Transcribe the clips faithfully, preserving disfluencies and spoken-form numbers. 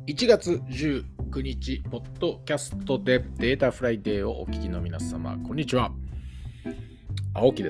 いちがつじゅうくにち、ポッドキャストでデータフライデーをお聞きの皆様、こんにちは。青木です。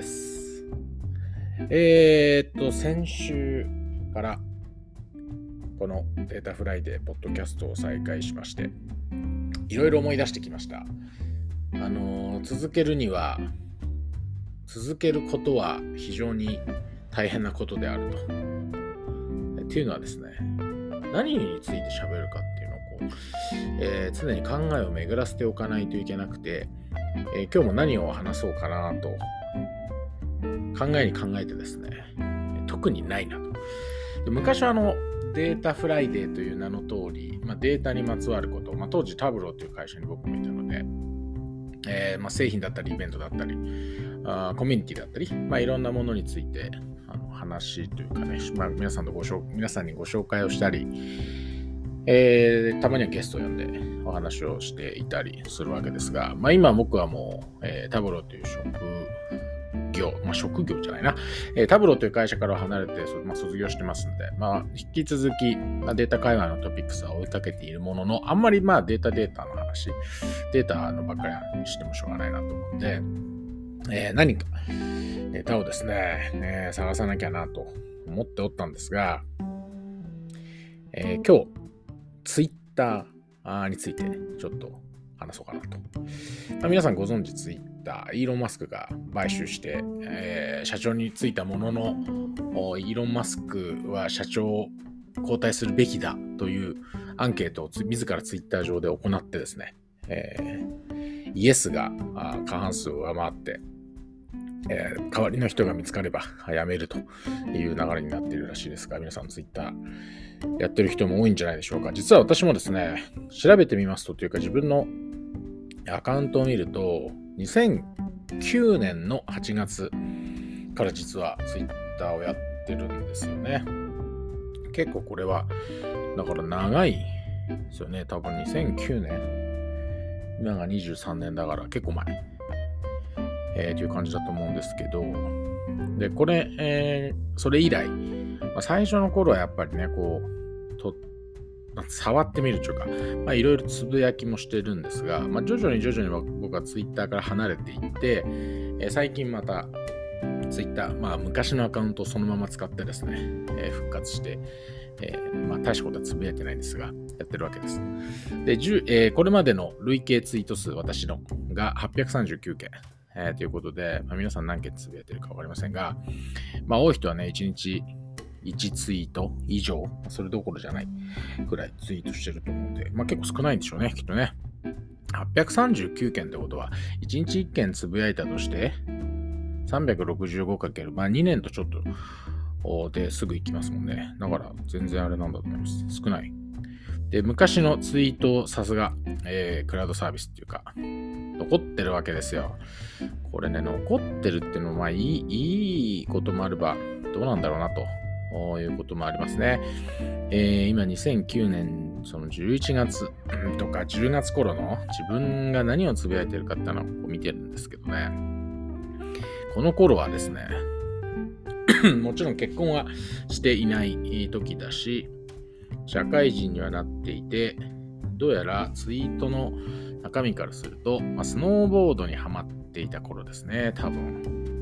えーっと、先週からこのデータフライデー、ポッドキャストを再開しまして、いろいろ思い出してきました。あのー、続けるには、続けることは非常に大変なことであると。っていうのはですね、何について喋るかっていうのをこう、えー、常に考えを巡らせておかないといけなくて、えー、今日も何を話そうかなと考えに考えてですね、特にないなと。で昔はあのデータフライデーという名の通り、まあ、データにまつわること、まあ、当時タブローという会社に僕もいたので、えーまあ、製品だったりイベントだったりあコミュニティだったり、まあ、いろんなものについてあの話というかね、まあ、皆さんのご紹皆さんにご紹介をしたり、えー、たまにはゲストを呼んでお話をしていたりするわけですが、まあ、今僕はもう、えー、タブローという職業、まあ、職業じゃないな、えー、タブローという会社から離れて、まあ、卒業してますんで、まあ、引き続き、まあ、データ会話のトピックスは追いかけているものの、あんまりまあデータデータの話、データのばっかりにしてもしょうがないなと思って、えー、何かネタをですね、えー、探さなきゃなと思っておったんですが、えー、今日ツイッターについてちょっと話そうかなと。まあ、皆さんご存知ツイッター、イーロン・マスクが買収して、えー、社長に就いたものの、イーロン・マスクは社長を交代するべきだというアンケートを自らツイッター上で行ってですね、えー、イエスが過半数を上回って、えー、代わりの人が見つかれば辞めるという流れになっているらしいですが、皆さんツイッターやってる人も多いんじゃないでしょうか。実は私もですね、調べてみますとというか自分のアカウントを見るとにせんきゅうねんのはちがつから実はツイッターをやってるんですよね。結構これはだから長いですよね。多分にせんきゅうねん、今がにじゅうさんねんだから結構前、えー、という感じだと思うんですけど、でこれ、えー、それ以来、まあ、最初の頃はやっぱりねこうと触ってみるというか、まあ、いろいろつぶやきもしてるんですが、まあ、徐々に徐々に僕はツイッターから離れていって、えー、最近またツイッター、まあ昔のアカウントをそのまま使ってですね、えー、復活して、えー、まあ大したことはつぶやいてないんですが、やってるわけです。で、えー、これまでの累計ツイート数、私のがはっぴゃくさんじゅうきゅうけん、えー、ということで、まあ、皆さん何件つぶやいてるかわかりませんが、まあ多い人はね、いちにちいちツイート以上、それどころじゃないくらいツイートしてると思うんで、まあ結構少ないんでしょうね、きっとね。はっぴゃくさんじゅうきゅうけんってことは、いちにちいっけんつぶやいたとして、さんびゃくろくじゅうごかける、まあにねんとちょっとですぐ行きますもんね。だから全然あれなんだと思います。少ない。で、昔のツイート、さすが、えー、クラウドサービスっていうか、残ってるわけですよ。これね、残ってるっていうのは、まあいい、いいこともあれば、どうなんだろうなということもありますね。えー、今にせんきゅうねん、そのじゅういちがつとかじゅうがつ頃の自分が何をつぶやいてるかっていうのを見てるんですけどね。この頃はですね、もちろん結婚はしていない時だし、社会人にはなっていて、どうやらツイートの中身からすると、まあ、スノーボードにハマっていた頃ですね、多分。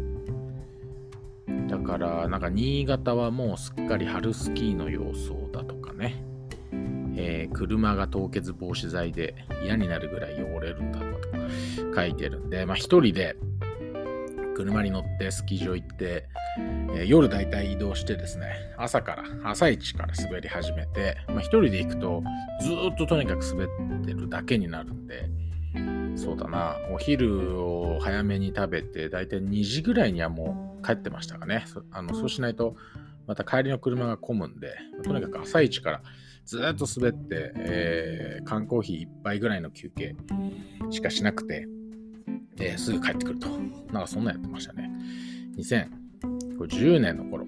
だから、なんか新潟はもうすっかり春スキーの様相だとかね、えー、車が凍結防止剤で嫌になるぐらい汚れるんだとか書いてるんで、まあ一人で車に乗ってスキー場行って、えー、夜だいたい移動してですね、朝から朝一から滑り始めて、まあ、一人で行くとずーっととにかく滑ってるだけになるんで、そうだな、お昼を早めに食べてだいたいにじぐらいにはもう帰ってましたかね。 そ, あのそうしないとまた帰りの車が混むんで、とにかく朝一からずーっと滑って、えー、缶コーヒーいっぱいぐらいの休憩しかしなくて、えー、すぐ帰ってくると。なんかそんなやってましたね。にせんじゅうねんの頃。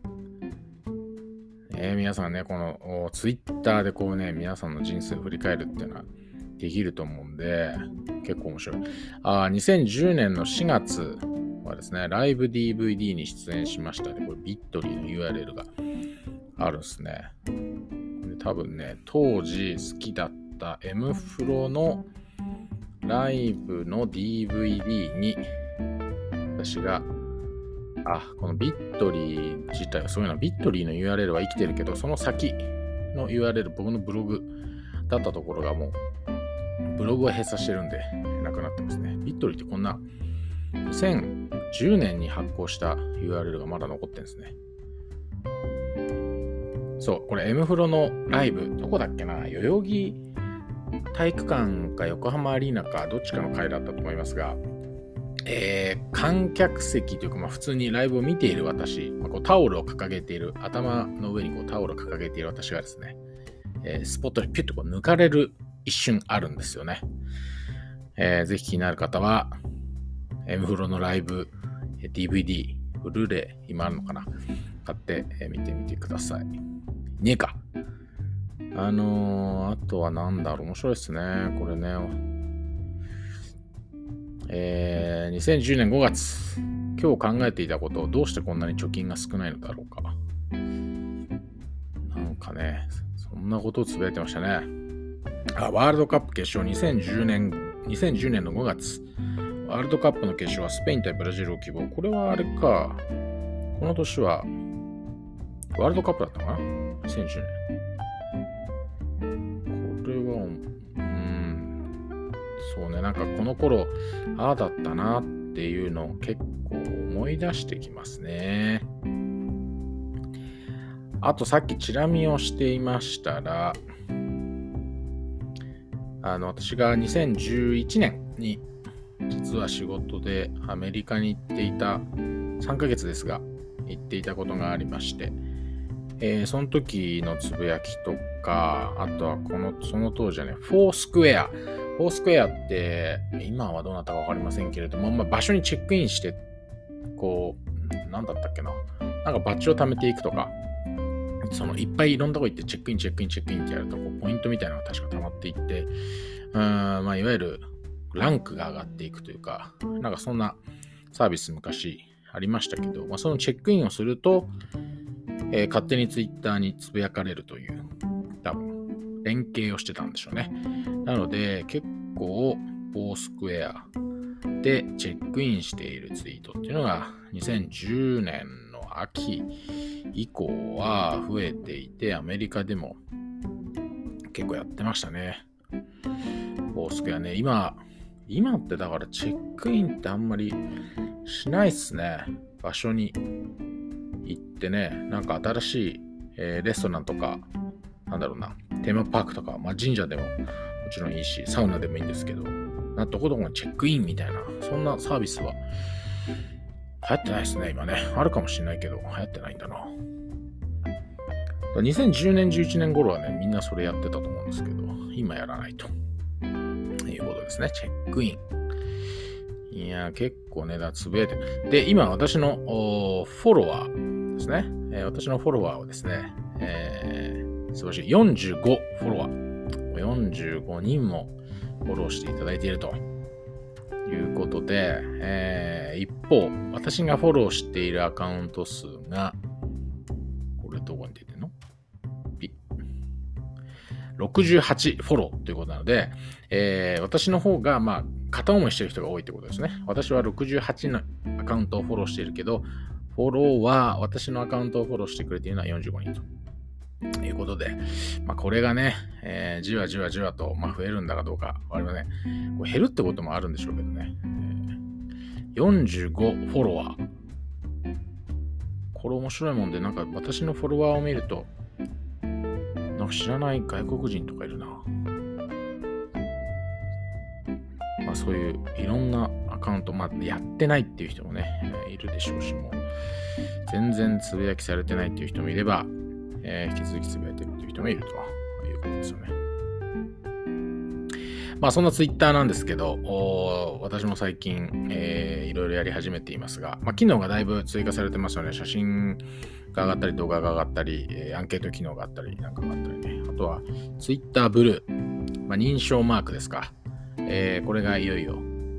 えー、皆さんね、このツイッターでこうね、皆さんの人生を振り返るっていうのはできると思うんで、結構面白い。あ、にせんじゅうねんのしがつはですね、ライブ ディーブイディー に出演しましたね。これビットリーの ユーアールエル があるんですね。 多分ね、当時好きだった M フロのライブの ディーブイディー に私があこのビットリー自体はそういうのビットリーの ユーアールエル は生きてるけど、その先の ユーアールエル、僕のブログだったところがもうブログは閉鎖してるんでなくなってますね。ビットリーってこんなにせんじゅうねんに発行した ユーアールエル がまだ残ってるんですね。そう、これ M フロのライブ、どこだっけな、代々木体育館か横浜アリーナかどっちかの回だったと思いますが、えー、観客席というか、まあ、普通にライブを見ている私、まあ、こうタオルを掲げている、頭の上にこうタオルを掲げている私がですね、えー、スポットにピュッとこう抜かれる一瞬あるんですよね。えー、ぜひ気になる方は M フロのライブ ディーブイディー、ブルーレイ今あるのかな、買って、えー、見てみてください。ねえか。あのー、あとはなんだろう、面白いですね。これね。えー、にせんじゅうねんごがつ、今日考えていたことをどうしてこんなに貯金が少ないのだろうか。なんかね、そんなことをつぶやいてましたね。あ、ワールドカップ決勝にせんじゅうねん、にせんじゅうねんのごがつ、ワールドカップの決勝はスペイン対ブラジルを希望。これはあれか、この年はワールドカップだったかな ?にせんじゅうねん。これは、うーん、そうね、なんかこの頃、ああだったなっていうのを結構思い出してきますね。あとさっきチラ見をしていましたら、あの、私がにせんじゅういちねんに実は仕事でアメリカに行っていたさんかげつですが、行っていたことがありまして、えー、その時のつぶやきとか、あとはこのその当時はね、フォースクエア。フォースクエアって今はどうなったか分かりませんけれども、まあ、場所にチェックインして、こう、なんだったっけな、なんかバッジを貯めていくとか、そのいっぱいいろんなとこ行ってチェックイン、チェックイン、チェックインってやると、こうポイントみたいなのが確か溜まっていって、うーん、まあ、いわゆるランクが上がっていくというか、なんかそんなサービス昔ありましたけど、まあ、そのチェックインをすると、えー、勝手にツイッターにつぶやかれるという、多分、連携をしてたんでしょうね。なので、結構、フォースクエアでチェックインしているツイートっていうのが、にせんじゅうねんの秋以降は増えていて、アメリカでも結構やってましたね。フォースクエアね、今、今ってだからチェックインってあんまりしないっすね。場所に行ってね、なんか新しい、えー、レストランとか、なんだろうな、テーマパークとか、まあ、神社でももちろんいいし、サウナでもいいんですけど、なんどこどこにチェックインみたいな、そんなサービスは流行ってないですね、今ね。あるかもしれないけど、流行ってないんだな。にせんじゅうねん、じゅういちねん頃はね、みんなそれやってたと思うんですけど、今やらないと。いうことですね、チェックイン。いや、結構ね、だつぶやいてる。で、今、私のフォロワーですね。えー、私のフォロワーをですね、えー、素晴らしい。よんじゅうごフォロワー。よんじゅうごにんもフォローしていただいているということで、えー、一方、私がフォローしているアカウント数が、これどこに出てるの？ろくじゅうはちフォローということなので、えー、私の方が、まあ、片思いしてる人が多いということですね。私はろくじゅうはちのアカウントをフォローしているけど、フォローは、私のアカウントをフォローしてくれているのはよんじゅうごにんということで、まあ、これがね、えー、じわじわじわと、まあ、増えるんだかどうかわかりません。これ減るってこともあるんでしょうけどね。えー、よんじゅうごフォロワー。これ面白いもんで、なんか私のフォロワーを見ると、なんか知らない外国人とかいるな。まあそういういろんなアカウント、まあやってないっていう人もね、いるでしょうし、もう全然つぶやきされてないっていう人もいれば、えー、引き続きつぶやいてるっていう人もいるということですよね。まあそんなツイッターなんですけど、私も最近、えー、いろいろやり始めていますが、まあ機能がだいぶ追加されてますよね。写真が上がったり、動画が上がったり、えー、アンケート機能があったり、なんかがあったりね。あとはツイッターブルー、まあ、認証マークですか。えー、これがいよいよ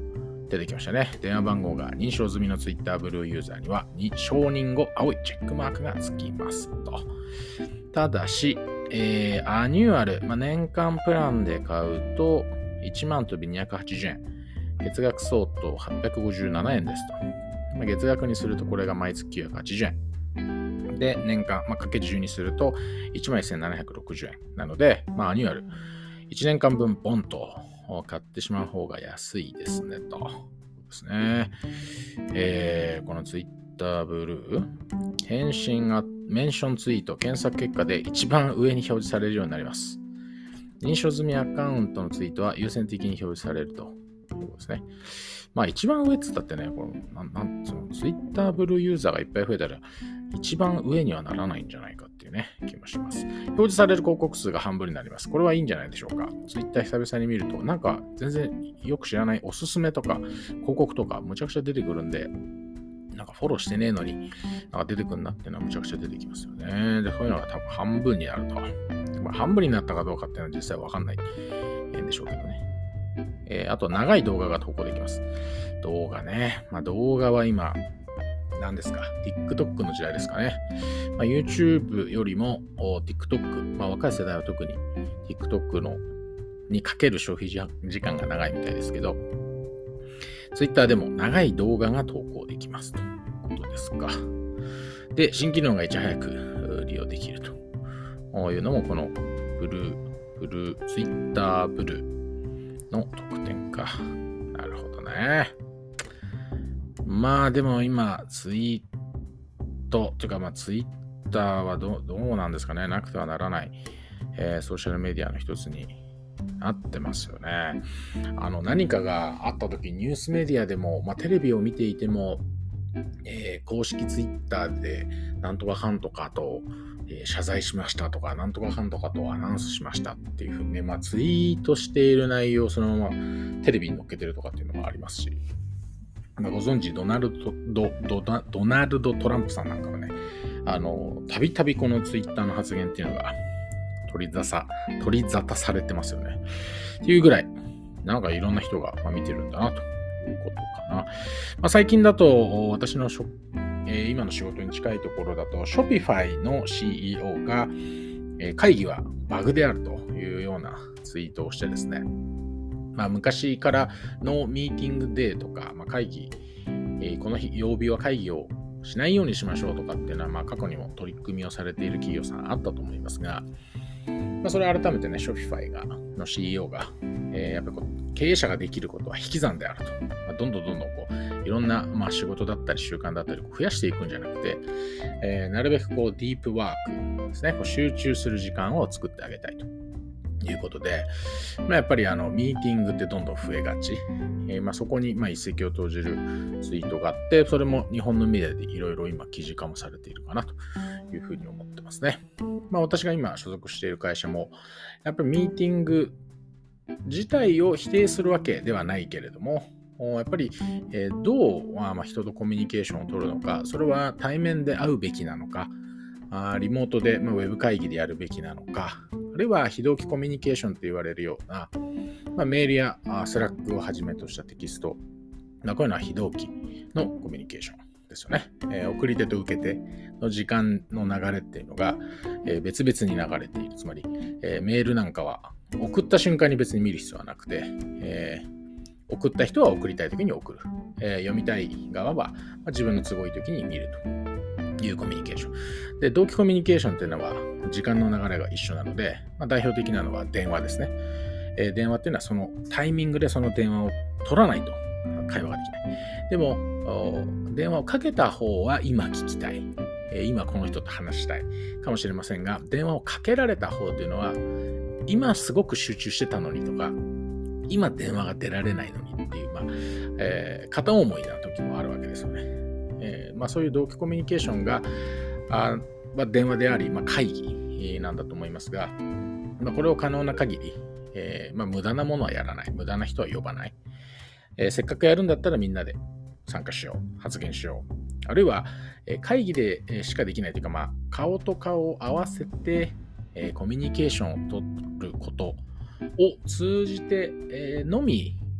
出てきましたね。電話番号が認証済みの Twitter ブルーユーザーには承認後青いチェックマークがつきますと。ただし、えー、アニュアル、まあ、年間プランで買うといちまん飛びにひゃくはちじゅうえん、月額相当はっぴゃくごじゅうななえんですと。まあ、月額にするとこれが毎月きゅうひゃくはちじゅうえんで、年間、まあ、かけじゅうにするといちまんせんななひゃくろくじゅうえんなので、まあ、アニュアルいちねんかんぶんポンと買ってしまう方が安いですねと。ですね。えー、この Twitter ブルー、返信がメンションツイート、検索結果で一番上に表示されるようになります。認証済みアカウントのツイートは優先的に表示されるということですね。まあ一番上って言ったってね、このなんなんその Twitter ブルーユーザーがいっぱい増えたら一番上にはならないんじゃないかっていうね、気もします。表示される広告数が半分になります。これはいいんじゃないでしょうか。Twitter 久々に見ると、なんか全然よく知らないおすすめとか広告とかむちゃくちゃ出てくるんで、なんかフォローしてねえのに、なんか出てくるなっていうのはむちゃくちゃ出てきますよね。で、そういうのが多分半分になると。まあ、半分になったかどうかっていうのは実際わかんないんでしょうけどね。えー、あと、長い動画が投稿できます。動画ね。まあ、動画は今、何ですか TikTok の時代ですかね。まあ、YouTube よりも TikTok、まあ、若い世代は特に TikTok のにかける消費時間が長いみたいですけど、Twitter でも長い動画が投稿できますということですか。で、新機能がいち早く利用できるというのもこのブルー、ブルー、Twitter ブルーの特典か。なるほどね。まあでも今、ツイートというか、まあ Twitter は ど, どうなんですかね。なくてはならない、えー、ソーシャルメディアの一つになってますよね。あの何かがあった時ニュースメディアでも、まあ、テレビを見ていても、えー、公式ツイッターでなんとかかんとかと、えー、謝罪しましたとかなんとかかんとかとアナウンスしましたっていうふうにね、まあ、ツイートしている内容をそのままテレビに載っけてるとかっていうのもありますし、まあ、ご存知ドナルド ド, ド, ドナルド・トランプさんなんかはね、あのたびたびこのツイッターの発言っていうのが取り沙汰、取り沙汰されてますよね。っていうぐらい、なんかいろんな人が見てるんだなということかな。まあ、最近だと、私のしょ、えー、今の仕事に近いところだと、Shopify の シーイーオー が、えー、会議はバグであるというようなツイートをしてですね、まあ、昔からのミーティングデーとか、まあ、会議、えー、この日、曜日は会議をしないようにしましょうとかっていうのは、まあ、過去にも取り組みをされている企業さんあったと思いますが、まあ、それ改めてね、Shopify がの シーイーオー が、えー、やっぱりこう経営者ができることは引き算であると。まあ、どんどんどんどんこういろんな、まあ、仕事だったり習慣だったり増やしていくんじゃなくて、えー、なるべくこうディープワークですね、こう集中する時間を作ってあげたいということで、まあ、やっぱりあのミーティングってどんどん増えがち。えーまあ、そこにまあ一石を投じるツイートがあって、それも日本のメディアでいろいろ今記事化もされているかなというふうに思ってますね。まあ、私が今所属している会社も、やっぱりミーティング自体を否定するわけではないけれども、やっぱり、えー、どう、まあ、人とコミュニケーションを取るのか、それは対面で会うべきなのか、あリモートで、まあ、ウェブ会議でやるべきなのか、あるいは非同期コミュニケーションと言われるような、まあ、メールやスラックをはじめとしたテキスト、まあ、こういうのは非同期のコミュニケーションですよね。えー、送り手と受け手の時間の流れっていうのが、えー、別々に流れている。つまり、えー、メールなんかは送った瞬間に別に見る必要はなくて、えー、送った人は送りたいときに送る、えー。読みたい側は、まあ、自分の都合いいときに見るというコミュニケーション。で、同期コミュニケーションっていうのは時間の流れが一緒なので、まあ、代表的なのは電話ですね。えー、電話っていうのはそのタイミングでその電話を取らないと会話ができない。でも、電話をかけた方は今聞きたい。えー、今この人と話したいかもしれませんが、電話をかけられた方というのは、今すごく集中してたのにとか、今電話が出られないのにっていう、まあえー、片思いな時もあるわけですよね。えーまあ、そういう同期コミュニケーションが、あまあ、電話であり、まあ、会議なんだと思いますが、まあ、これを可能な限り、えーまあ、無駄なものはやらない。無駄な人は呼ばない。えー、せっかくやるんだったらみんなで参加しよう。発言しよう。あるいは、えー、会議でしかできないというか、まあ、顔と顔を合わせて、えー、コミュニケーションを取ることを通じて、えー、のみ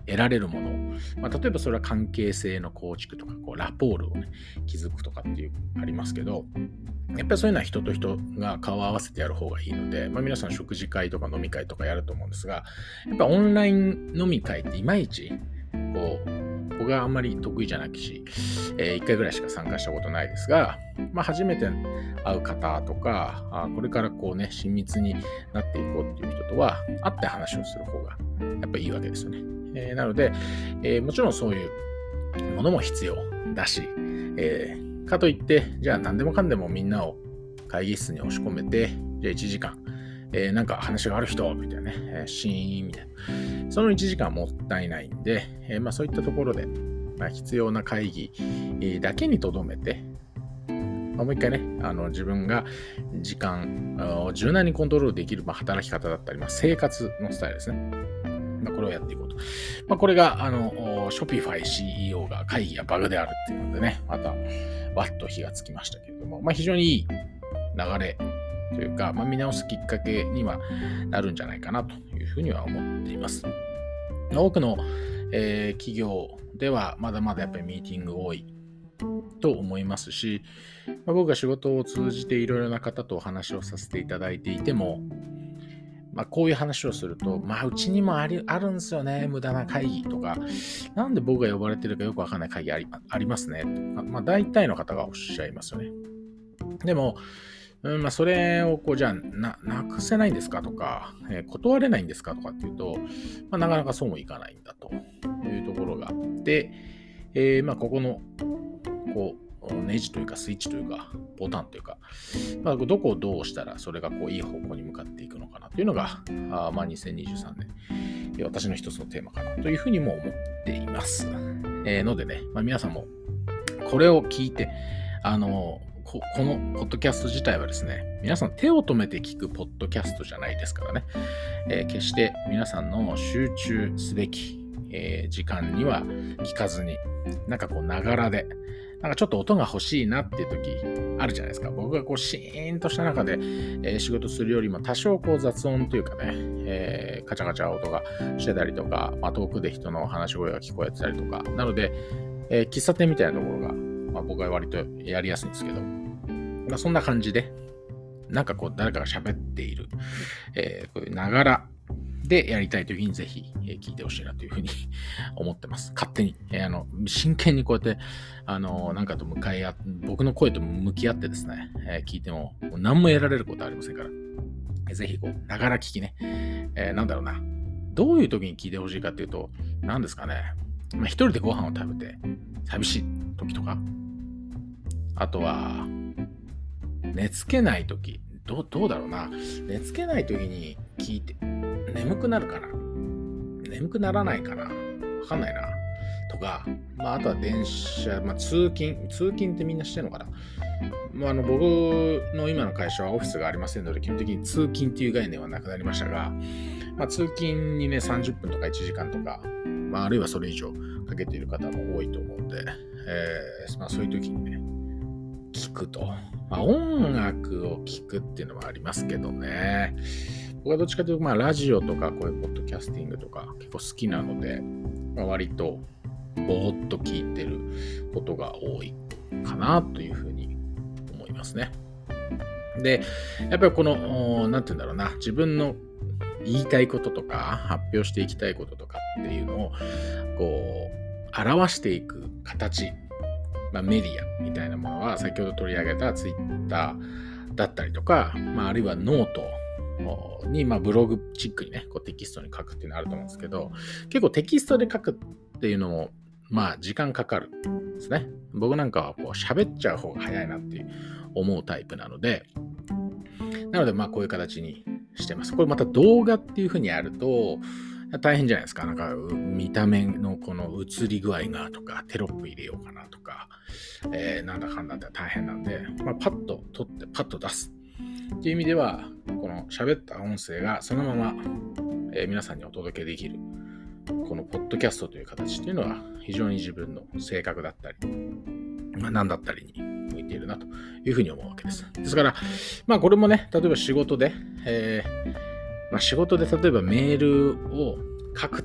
得られるものを、まあ、例えばそれは関係性の構築とか、こうラポールをね、築くとかっていうありますけど、やっぱりそういうのは人と人が顔を合わせてやる方がいいので、まあ、皆さん食事会とか飲み会とかやると思うんですが、やっぱオンライン飲み会っていまいち、こう、僕はあんまり得意じゃないし、えー、いっかいぐらいしか参加したことないですが、まあ、初めて会う方とか、あこれからこうね、親密になっていこうっていう人とは、会って話をする方がやっぱりいいわけですよね。えー、なので、えー、もちろんそういうものも必要だし、えー、かといって、じゃあ何でもかんでもみんなを会議室に押し込めて、じゃあいちじかん、えー、なんか話がある人みたいなね、えー、シーンみたいな。そのいちじかんはもったいないんで、えーまあ、そういったところで、まあ、必要な会議だけにとどめて、まあ、もう一回ね、あの自分が時間を柔軟にコントロールできる、まあ、働き方だったり、まあ、生活のスタイルですね。まあ、これをやっていこうと。まあ、これが、あの、Shopify シーイーオー が会議やバグであるっていうのでね、また、わっと火がつきましたけれども、まあ、非常にいい流れというか、まあ、見直すきっかけにはなるんじゃないかなというふうには思っています。多くの、えー、企業ではまだまだやっぱりミーティング多いと思いますし、まあ、僕が仕事を通じていろいろな方とお話をさせていただいていても、まあ、こういう話をすると、まあ、うちにもあり、あるんですよね、無駄な会議とか、なんで僕が呼ばれてるかよくわかんない会議あり、ありますね。まあ、大体の方がおっしゃいますよね。でも、うんまあ、それをこうじゃあ な, なくせないんですかとか、えー、断れないんですかとかっていうと、まあ、なかなかそうもいかないんだというところがあって、えーまあ、ここのこうネジというかスイッチというかボタンというか、まあ、どこをどうしたらそれがこういい方向に向かっていくのかなというのが、あまあ、にせんにじゅうさんねん私の一つのテーマかなというふうにも思っています。えー、のでね、まあ、皆さんもこれを聞いて、あのこ, このポッドキャスト自体はですね、皆さん手を止めて聞くポッドキャストじゃないですからね、えー、決して皆さんの集中すべき、えー、時間には聞かずに、なんかこうながらで、なんかちょっと音が欲しいなっていう時あるじゃないですか。僕がこうシーンとした中で、えー、仕事するよりも多少こう雑音というかね、えー、カチャカチャ音がしてたりとか、まあ、遠くで人の話し声が聞こえてたりとか、なので、えー、喫茶店みたいなところが、まあ、僕は割とやりやすいんですけど、まあ、そんな感じで、なんかこう誰かが喋っている、えー、こういうながらでやりたいというふうにぜひ聞いてほしいなというふうに思ってます。勝手に、えー、あの真剣にこうやってあのなんかと向かい合って、僕の声と向き合ってですね、えー、聞いてももう何も得られることはありませんから、えー、ぜひこうながら聞きね、えー、なんだろうな、どういう時に聞いてほしいかっていうと、何ですかね、まあ、一人でご飯を食べて寂しい時とか、あとは寝つけないとき、どう、どうだろうな。寝つけないときに聞いて、眠くなるかな？眠くならないかな？わかんないな。とか、まあ、あとは電車、まあ、通勤、通勤ってみんなしてるのかな？まあ、あの、僕の今の会社はオフィスがありませんので、基本的に通勤っていう概念はなくなりましたが、まあ、通勤にね、さんじゅっぷんとかいちじかんとか、まあ、あるいはそれ以上かけている方も多いと思うんで、えーまあ、そういう時にね、聞くと。まあ、音楽を聞くっていうのもありますけどね。僕はどっちかというと、まあ、ラジオとかこういうポッドキャスティングとか結構好きなので、まあ、割とぼーっと聞いてることが多いかなというふうに思いますね。で、やっぱりこの、なんて言うんだろうな、自分の言いたいこととか発表していきたいこととかっていうのをこう表していく形、まあ、メディアみたいなものは先ほど取り上げたツイッターだったりとか、まあ、あるいはノートに、まあ、ブログチックにねこうテキストに書くっていうのあると思うんですけど、結構テキストで書くっていうのもまあ時間かかるんですね。僕なんかはこう喋っちゃう方が早いなっていう思うタイプなので、なのでまあこういう形にしてます。これまた動画っていう風にやると大変じゃないですか。なんか見た目のこの映り具合がとか、テロップ入れようかなとか、えー、なんだかんだって大変なんで、まあ、パッと撮ってパッと出すっていう意味では、この喋った音声がそのまま、えー、皆さんにお届けできるこのポッドキャストという形っていうのは非常に自分の性格だったり、まあ、何だったりに向いているなというふうに思うわけです。ですから、まあこれもね、例えば仕事で、えーまあ、仕事で例えばメールを書くと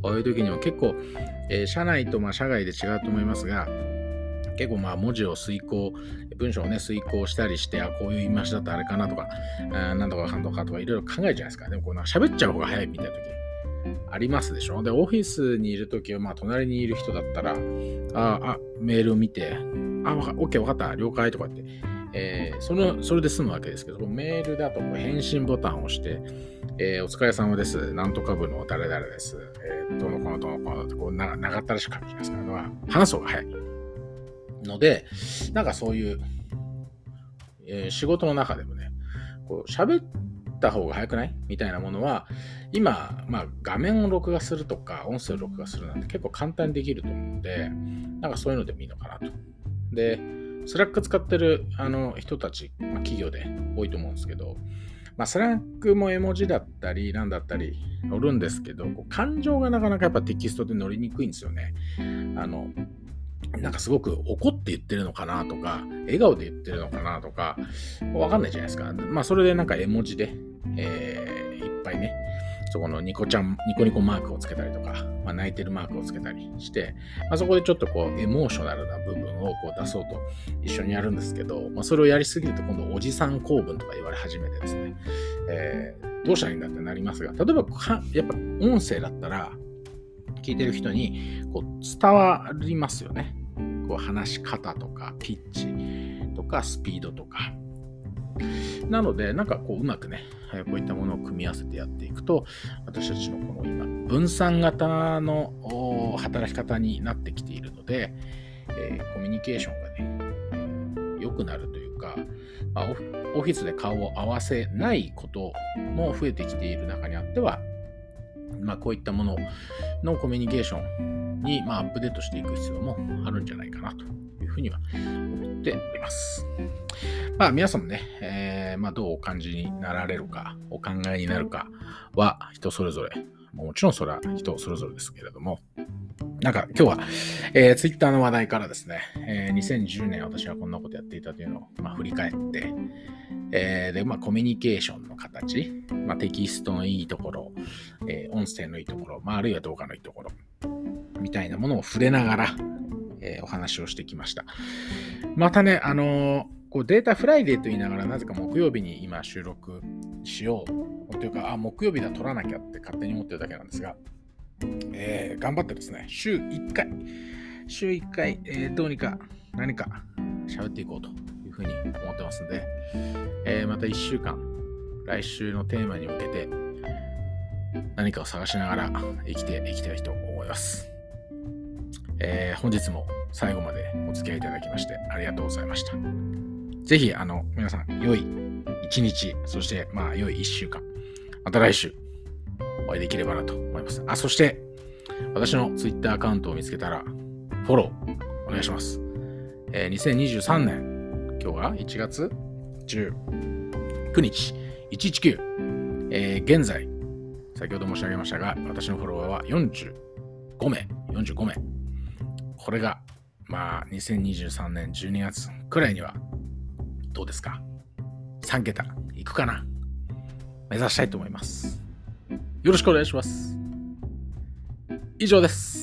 こういう時にも結構、えー、社内とまあ社外で違うと思いますが、結構まあ文字を遂行、文章をね、遂行したりして、あ、こういう言い回しだったらあれかなとか、あなんとかかんとかとかいろいろ考えるじゃないですか。でもこうなんか喋っちゃう方が早いみたいな時ありますでしょ。で、オフィスにいる時は、まあ隣にいる人だったら、あ、あメールを見て、あ、わか、OK、わかった、了解とかって、えー、その、それで済むわけですけど、メールだとこう返信ボタンを押して、えー、お疲れ様です。なんとか部の誰々です。えー、どのこのどのこのってこうな長ったらしく書きますから、話す方が早い。ので、なんかそういう、えー、仕事の中でもね、こう喋った方が早くないみたいなものは、今、まあ、画面を録画するとか、音声を録画するなんて結構簡単にできると思うので、なんかそういうのでもいいのかなと。で、スラック使ってるあの人たち、まあ、企業で多いと思うんですけど、まあ、スラックも絵文字だったり、なんだったり乗るんですけど、こう感情がなかなかやっぱテキストで乗りにくいんですよね。あの、なんかすごく怒って言ってるのかなとか、笑顔で言ってるのかなとか、わかんないじゃないですか。まあそれでなんか絵文字で、えー、いっぱいね、そこのニコちゃん、ニコニコマークをつけたりとか、まあ、泣いてるマークをつけたりして、まあ、そこでちょっとこうエモーショナルな部分をこう出そうと一緒にやるんですけど、まあ、それをやりすぎると今度おじさん構文とか言われ始めてですね、えー、どうしたらいいんだってなりますが、例えばやっぱ音声だったら聞いてる人にこう伝わりますよね。こう話し方とかピッチとかスピードとか。なので、なんかこううまくね、こういったものを組み合わせてやっていくと、私たちのこの今、分散型の働き方になってきているので、えー、コミュニケーションがね、えー、良くなるというか、まあ、オフィスで顔を合わせないことも増えてきている中にあっては、まあ、こういったもののコミュニケーションに、まあ、アップデートしていく必要もあるんじゃないかなというふうには思っております。まあ皆さんもね、えー、まあどうお感じになられるか、お考えになるかは人それぞれ、もちろんそれは人それぞれですけれども、なんか今日は、えー、Twitter の話題からですね、えー、にせんじゅうねん私はこんなことやっていたというのを、まあ、振り返って、えー、で、まあコミュニケーションの形、まあテキストのいいところ、えー、音声のいいところ、まああるいは動画のいいところ、みたいなものを触れながら、えー、お話をしてきました。またね、あのー、こうデータフライデーと言いながらなぜか木曜日に今収録しようというか、あ、木曜日だ撮らなきゃって勝手に思ってるだけなんですが、えー、頑張ってですね、週いっかい、週いっかい、えー、どうにか何か喋っていこうというふうに思ってますんで、えー、またいっしゅうかん、来週のテーマに向けて何かを探しながら生きていきたいと思います。えー、本日も最後までお付き合いいただきましてありがとうございました。ぜひ、あの、皆さん、良い一日、そして、まあ、良い一週間、また来週、お会いできればなと思います。あ、そして、私のツイッターアカウントを見つけたら、フォロー、お願いします。えー、にせんにじゅうさんねん、今日がいちがつじゅうくにち、いちいちきゅう、えー、現在、先ほど申し上げましたが、私のフォロワーはよんじゅうごめい、よんじゅうごめい。これが、まあ、にせんにじゅうさんねんじゅうにがつくらいには、どうですか？ さん 桁いくかな？目指したいと思います。よろしくお願いします。以上です。